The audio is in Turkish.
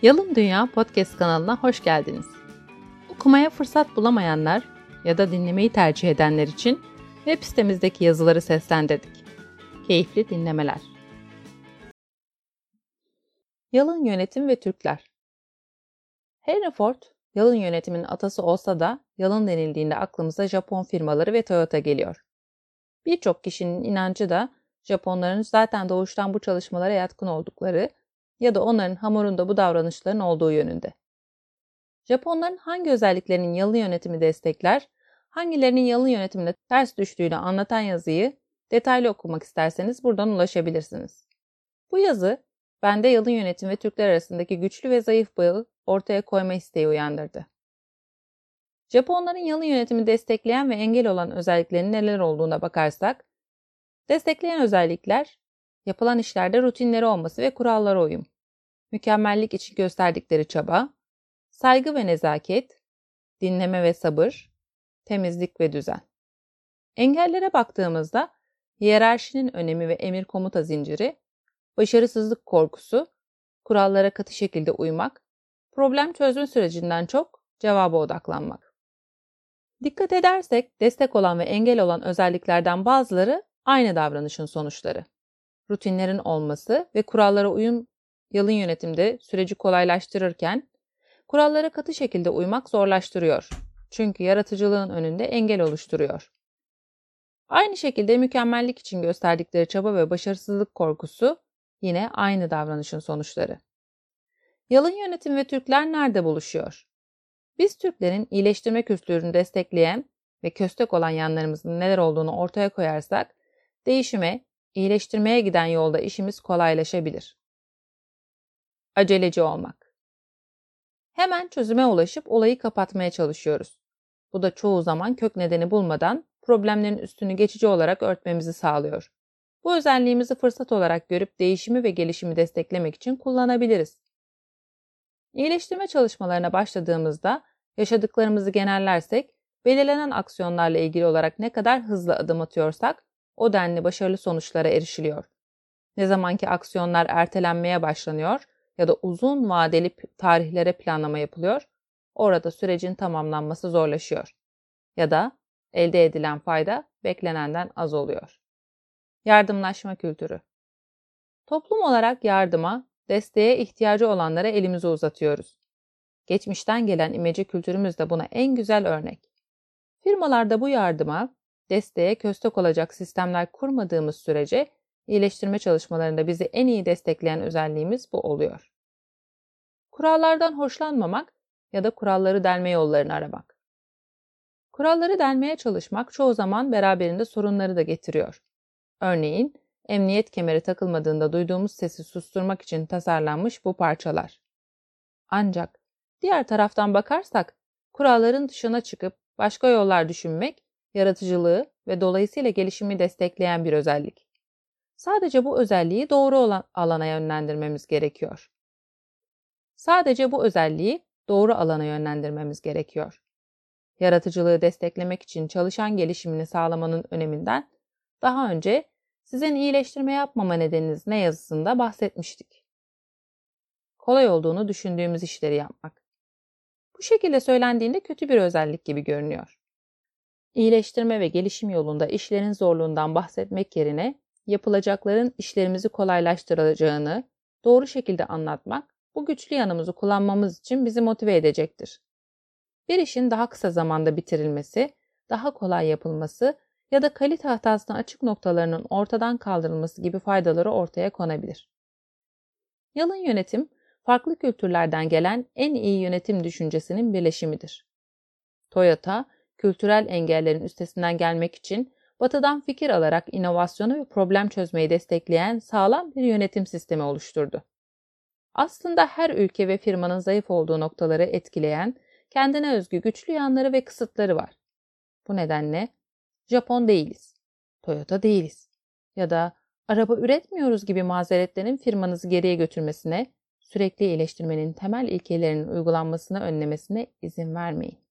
Yalın Dünya Podcast kanalına hoş geldiniz. Okumaya fırsat bulamayanlar ya da dinlemeyi tercih edenler için web sitemizdeki yazıları seslendirdik. Keyifli dinlemeler. Yalın Yönetim ve Türkler. Henry Ford, yalın yönetimin atası olsa da yalın denildiğinde aklımıza Japon firmaları ve Toyota geliyor. Birçok kişinin inancı da Japonların zaten doğuştan bu çalışmalara yatkın oldukları ya da onların hamurunda bu davranışların olduğu yönünde. Japonların hangi özelliklerinin yalın yönetimi destekler, hangilerinin yalın yönetimle ters düştüğünü anlatan yazıyı detaylı okumak isterseniz buradan ulaşabilirsiniz. Bu yazı, bende yalın yönetim ve Türkler arasındaki güçlü ve zayıf bağı ortaya koyma isteği uyandırdı. Japonların yalın yönetimi destekleyen ve engel olan özelliklerinin neler olduğuna bakarsak, destekleyen özellikler, yapılan işlerde rutinleri olması ve kurallara uyum, mükemmellik için gösterdikleri çaba, saygı ve nezaket, dinleme ve sabır, temizlik ve düzen. Engellere baktığımızda hiyerarşinin önemi ve emir komuta zinciri, başarısızlık korkusu, kurallara katı şekilde uymak, problem çözme sürecinden çok cevaba odaklanmak. Dikkat edersek destek olan ve engel olan özelliklerden bazıları aynı davranışın sonuçları. Rutinlerin olması ve kurallara uyum yalın yönetimde süreci kolaylaştırırken, kurallara katı şekilde uymak zorlaştırıyor. Çünkü yaratıcılığın önünde engel oluşturuyor. Aynı şekilde mükemmellik için gösterdikleri çaba ve başarısızlık korkusu yine aynı davranışın sonuçları. Yalın yönetim ve Türkler nerede buluşuyor? Biz Türklerin iyileştirme kültürünü destekleyen ve köstek olan yanlarımızın neler olduğunu ortaya koyarsak, değişime, iyileştirmeye giden yolda işimiz kolaylaşabilir. Aceleci olmak. Hemen çözüme ulaşıp olayı kapatmaya çalışıyoruz. Bu da çoğu zaman kök nedeni bulmadan problemlerin üstünü geçici olarak örtmemizi sağlıyor. Bu özelliğimizi fırsat olarak görüp değişimi ve gelişimi desteklemek için kullanabiliriz. İyileştirme çalışmalarına başladığımızda yaşadıklarımızı genellersek, belirlenen aksiyonlarla ilgili olarak ne kadar hızlı adım atıyorsak o denli başarılı sonuçlara erişiliyor. Ne zamanki aksiyonlar ertelenmeye başlanıyor ya da uzun vadeli tarihlere planlama yapılıyor, orada sürecin tamamlanması zorlaşıyor. Ya da elde edilen fayda beklenenden az oluyor. Yardımlaşma kültürü. Toplum olarak yardıma, desteğe ihtiyacı olanlara elimizi uzatıyoruz. Geçmişten gelen imece kültürümüz de buna en güzel örnek. Firmalarda bu yardıma, desteğe köstek olacak sistemler kurmadığımız sürece iyileştirme çalışmalarında bizi en iyi destekleyen özelliğimiz bu oluyor. Kurallardan hoşlanmamak ya da kuralları delme yollarını aramak. Kuralları delmeye çalışmak çoğu zaman beraberinde sorunları da getiriyor. Örneğin, emniyet kemeri takılmadığında duyduğumuz sesi susturmak için tasarlanmış bu parçalar. Ancak diğer taraftan bakarsak, kuralların dışına çıkıp başka yollar düşünmek, yaratıcılığı ve dolayısıyla gelişimi destekleyen bir özellik. Sadece bu özelliği doğru olan alana yönlendirmemiz gerekiyor. Yaratıcılığı desteklemek için çalışan gelişimini sağlamanın öneminden daha önce sizin iyileştirme yapmama nedeniniz ne yazısında bahsetmiştik. Kolay olduğunu düşündüğümüz işleri yapmak. Bu şekilde söylendiğinde kötü bir özellik gibi görünüyor. İyileştirme ve gelişim yolunda işlerin zorluğundan bahsetmek yerine yapılacakların işlerimizi kolaylaştıracağını doğru şekilde anlatmak, bu güçlü yanımızı kullanmamız için bizi motive edecektir. Bir işin daha kısa zamanda bitirilmesi, daha kolay yapılması ya da kalite hatasına açık noktalarının ortadan kaldırılması gibi faydaları ortaya konabilir. Yalın yönetim, farklı kültürlerden gelen en iyi yönetim düşüncesinin birleşimidir. Toyota, kültürel engellerin üstesinden gelmek için Batı'dan fikir alarak inovasyonu ve problem çözmeyi destekleyen sağlam bir yönetim sistemi oluşturdu. Aslında her ülke ve firmanın zayıf olduğu noktaları etkileyen, kendine özgü güçlü yanları ve kısıtları var. Bu nedenle Japon değiliz, Toyota değiliz ya da araba üretmiyoruz gibi mazeretlerin firmanızı geriye götürmesine, sürekli iyileştirmenin temel ilkelerinin uygulanmasını önlemesine izin vermeyin.